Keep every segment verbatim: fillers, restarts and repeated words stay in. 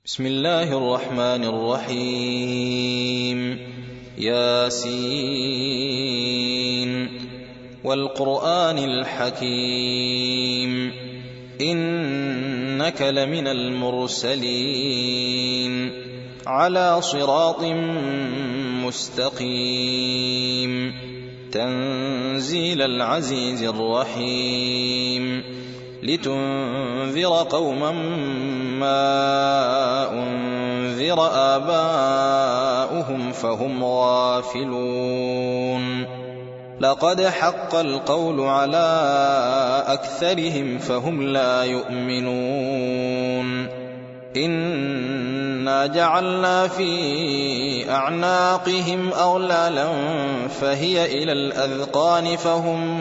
بسم الله الرحمن الرحيم. ياسين والقرآن الحكيم إنك لمن المرسلين على صراط مستقيم تنزيل العزيز الرحيم لتنذر قوما ما أنذر آباؤهم فهم غافلون لقد حق القول على أكثرهم فهم لا يؤمنون إنا جعلنا في أعناقهم أغلالا فهي إلى الأذقان فهم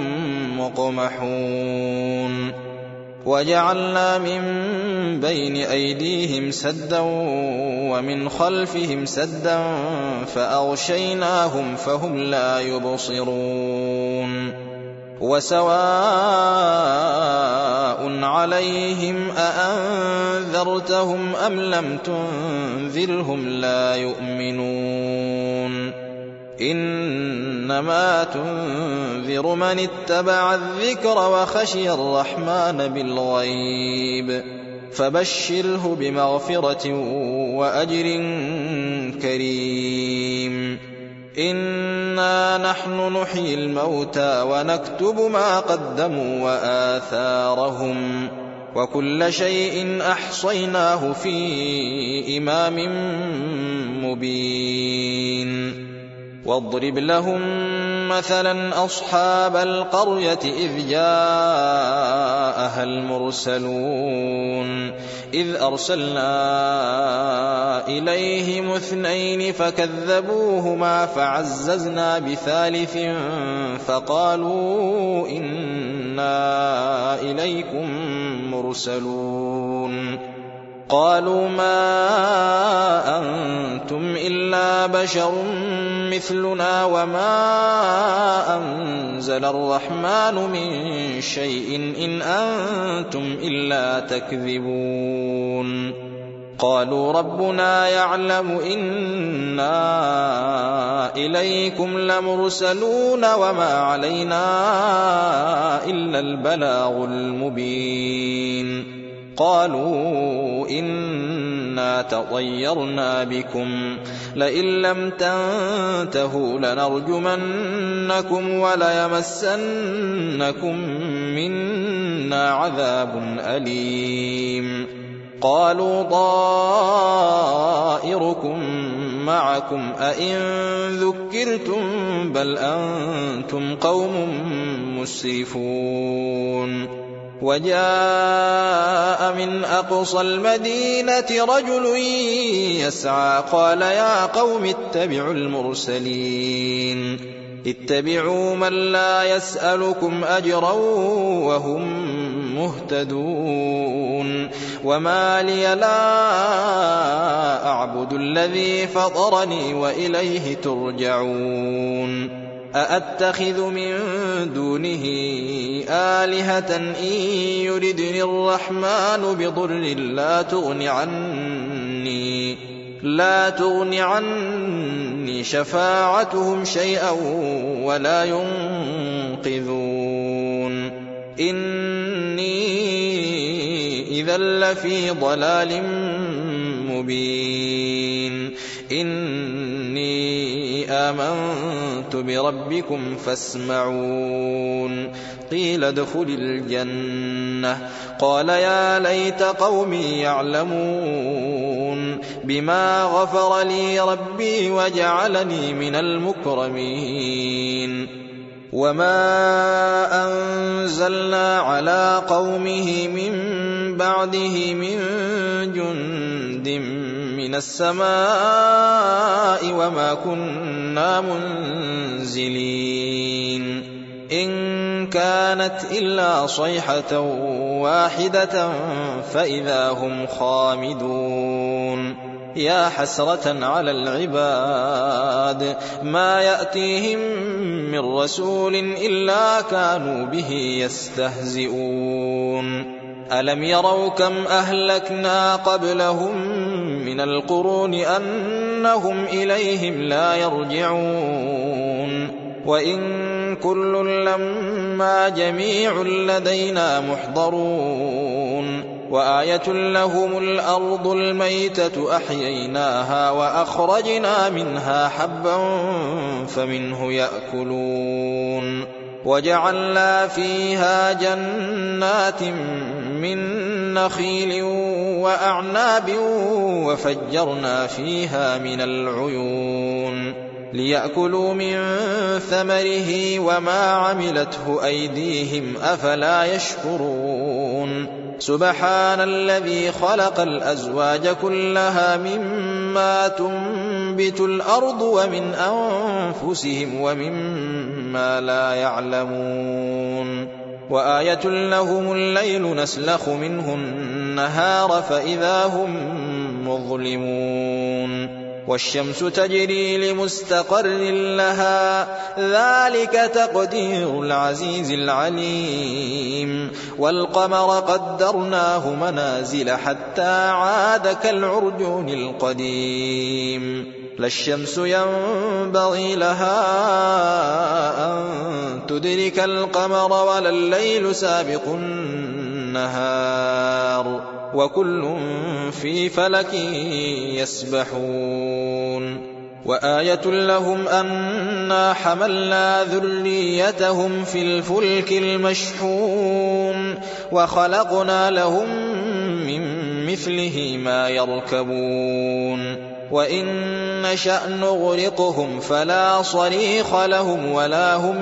مقمحون وجعلنا من بين أيديهم سدا ومن خلفهم سدا فأغشيناهم فهم لا يبصرون وسواء عليهم أأنذرتهم أم لم تنذرهم لا يؤمنون إنما تنذر من اتبع الذكر وخشي الرحمن بالغيب فبشره بمغفرة وأجر كريم. إنا نحن نحيي الموتى ونكتب ما قدموا وآثارهم وكل شيء أحصيناه في إمام مبين. واضرب لهم مثلا أصحاب القرية إذ جاءها المرسلون إذ أرسلنا إليهم اثنين فكذبوهما فعززنا بثالث فقالوا إنا إليكم مرسلون قالوا ما أنتم إلا بشر مثلنا وما أنزل الرحمن من شيء إن أنتم إلا تكذبون قالوا ربنا يعلم إنا إليكم لمرسلون وما علينا إلا البلاغ المبين. قالوا إنا تطيرنا بكم لئن لم تنتهوا لنرجمنكم وليمسنكم منا عذاب أليم. قالوا طائركم معكم أئن ذكرتم بل أنتم قوم مسرفون. وجاء من أقصى المدينة رجل يسعى قال يا قوم اتبعوا المرسلين اتبعوا من لا يسألكم أجرا وهم مهتدون. وما لي لا أعبد الذي فطرني وإليه ترجعون. أأتخذ من دونه آلهة إن يردني الرحمن بضر لا تغن عني لا تغن عني شفاعتهم شيئا ولا ينقذون. إني إذا لفي ضلال مبين. إني آمنت بربكم فاسمعون. قيل ادخل الجنة قال يا ليت قومي يعلمون بما غفر لي ربي وجعلني من المكرمين. وما أنزلنا على قومه من بعده من جند من السماء وما كنا منزلين. إن كانت إلا صيحة واحدة فإذا هم خامدون. يا حسرة على العباد ما يأتيهم من رسول إلا كانوا به يستهزئون. ألم يروا كم أهلكنا قبلهم من القرون أنهم إليهم لا يرجعون وإن كل لما جميع لدينا محضرون وآية لهم الأرض الميتة أحييناها وأخرجنا منها حبا فمنه يأكلون وجعلنا فيها جنات من نخيل وأعناب وفجرنا فيها من العيون ليأكلوا من ثمره وما عملته أيديهم أفلا يشكرون سبحان الذي خلق الأزواج كلها مما تنبت الأرض ومن أنفسهم ومما لا يعلمون وآية لهم الليل نسلخ منه النهار فإذا هم مظلمون والشمس تجري لمستقر لها ذلك تقدير العزيز العليم والقمر قدرناه منازل حتى عاد كالعرجون القديم لا الشمس ينبغي لها أن تدرك القمر ولا الليل سابق النهار وكل في فلك يسبحون وآية لهم أنا حملنا ذريتهم في الفلك المشحون وخلقنا لهم من مثله ما يركبون وإن نشأ نغرقهم فلا صريخ لهم ولا هم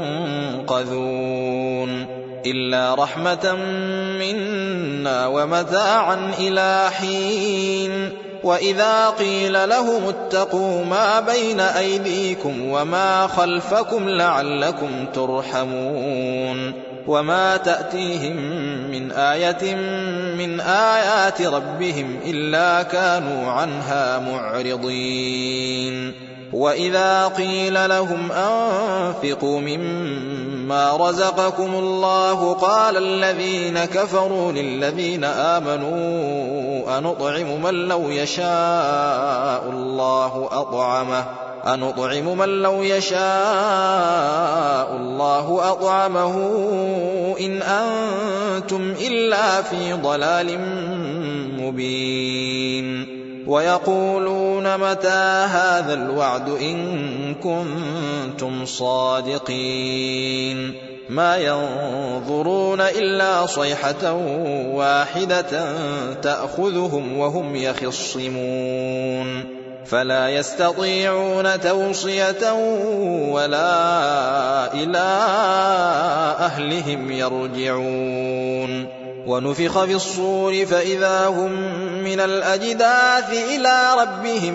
ينقذون إلا رحمة منا ومتاعا إلى حين وإذا قيل لهم اتقوا ما بين أيديكم وما خلفكم لعلكم ترحمون وما تأتيهم من آية من آيات ربهم إلا كانوا عنها معرضين وإذا قيل لهم أنفقوا مما رزقكم الله قال الذين كفروا للذين آمنوا أنطعم من لو يشاء الله أطعمه أنطعم من لو يشاء الله أطعمه إن أنتم إلا في ضلال مبين ويقولون متى هذا الوعد إن كنتم صادقين ما ينظرون إلا صيحة واحدة تأخذهم وهم يخصمون فلا يستطيعون توصية ولا إلى أهلهم يرجعون ونفخ في الصور فإذا هم من الأجداث إلى ربهم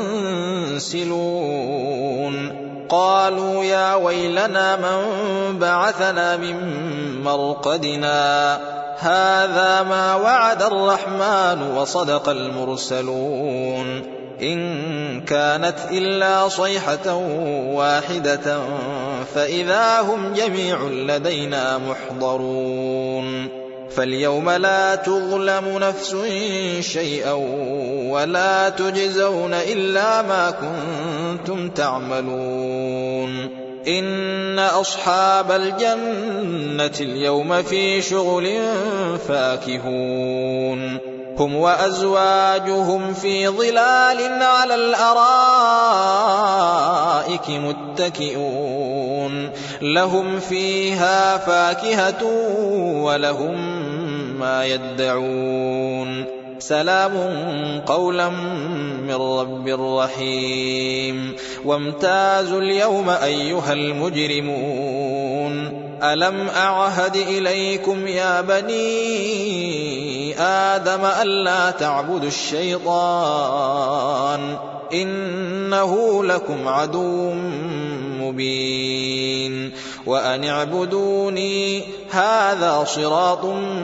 ينسلون قالوا يا ويلنا من بعثنا من مرقدنا هذا ما وعد الرحمن وصدق المرسلون إن كانت إلا صيحة واحدة فإذا هم جميع لدينا محضرون فاليوم لا تظلم نفس شيئا ولا تجزون إلا ما كنتم تعملون إن أصحاب الجنة اليوم في شغل فاكهون هم وأزواجهم في ظلال على الأرائك متكئون لهم فيها فاكهة ولهم ما يدعون سلام قولا من رب رحيم وامتازوا اليوم أيها المجرمون ألم أعهد إليكم يا بني آدم ألا تعبدوا الشيطان إنه لكم عدو مبين وأن اعبدوني هذا صراط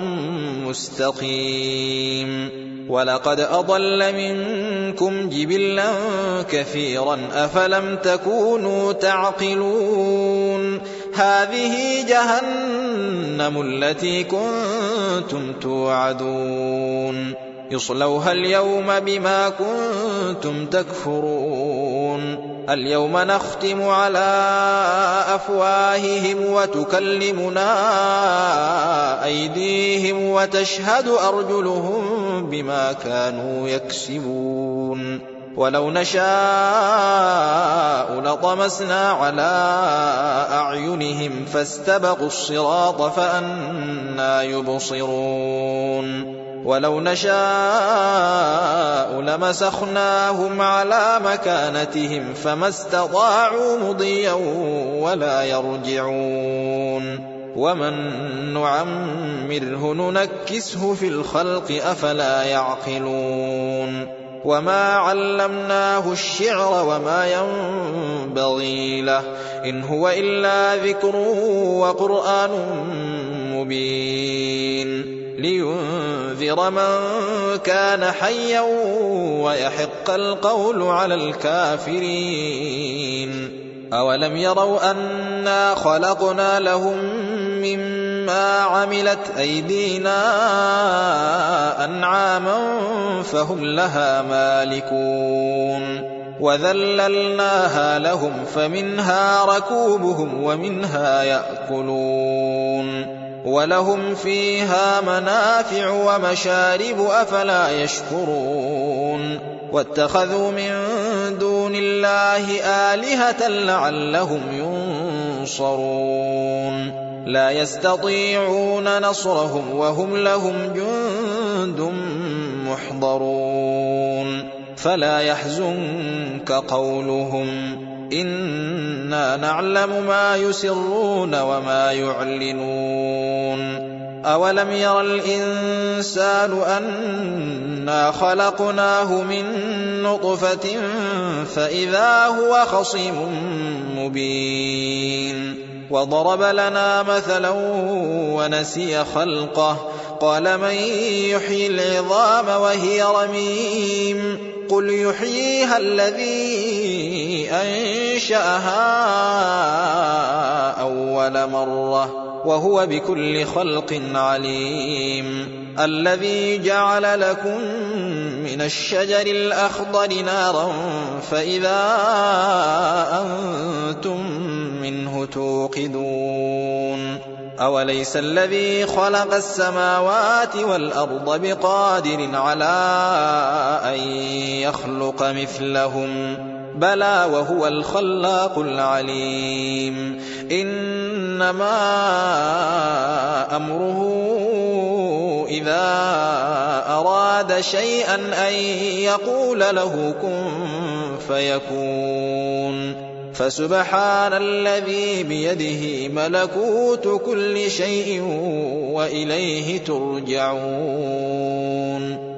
مستقيم ولقد أضل منكم جبلا كثيرا أفلم تكونوا تعقلون هذه جهنم التي كنتم توعدون يصلوها اليوم بما كنتم تكفرون اليوم نختم على أفواههم وتكلمنا أيديهم وتشهد أرجلهم بما كانوا يكسبون ولو نشاء لطمسنا على أعينهم فاستبقوا الصراط فأنى يبصرون ولو نشاء لمسخناهم على مكانتهم فما استطاعوا مضيا ولا يرجعون ومن نعمره ننكسه في الخلق أفلا يعقلون وما علمناه الشعر وما ينبغي له إن هو إلا ذكر وقرآن مبين لينذر من كان حيا ويحق القول على الكافرين أولم يروا أنا خلقنا لهم مما عملت أيدينا أنعاما فهم لها مالكون وذللناها لهم فمنها ركوبهم ومنها يأكلون ولهم فيها منافع ومشارب أفلا يشكرون واتخذوا من دون الله آلهة لعلهم ينصرون لا يستطيعون نصرهم وهم لهم جند محضرون فلا يحزنك قولهم إنا نعلم ما يسرون وما يعلنون أولم ير الإنسان أنا خلقناه من نطفة فإذا هو خصيم مبين وضرب لنا مثلا ونسي خلقه قال من يحيي العظام وهي رميم قل يحييها الذي أنشأها أول مرة وهو بكل خلق عليم الذي جعل لكم من الشجر الأخضر نارا فإذا أنتم منه توقدون أوليس الذي خلق السماوات والأرض بقادر على أن يخلق مثلهم بلى وهو الخلاق العليم إنما أمره إذا أراد شيئا أن يقول له كن فيكون فسبحان الذي بيده ملكوت كل شيء وإليه ترجعون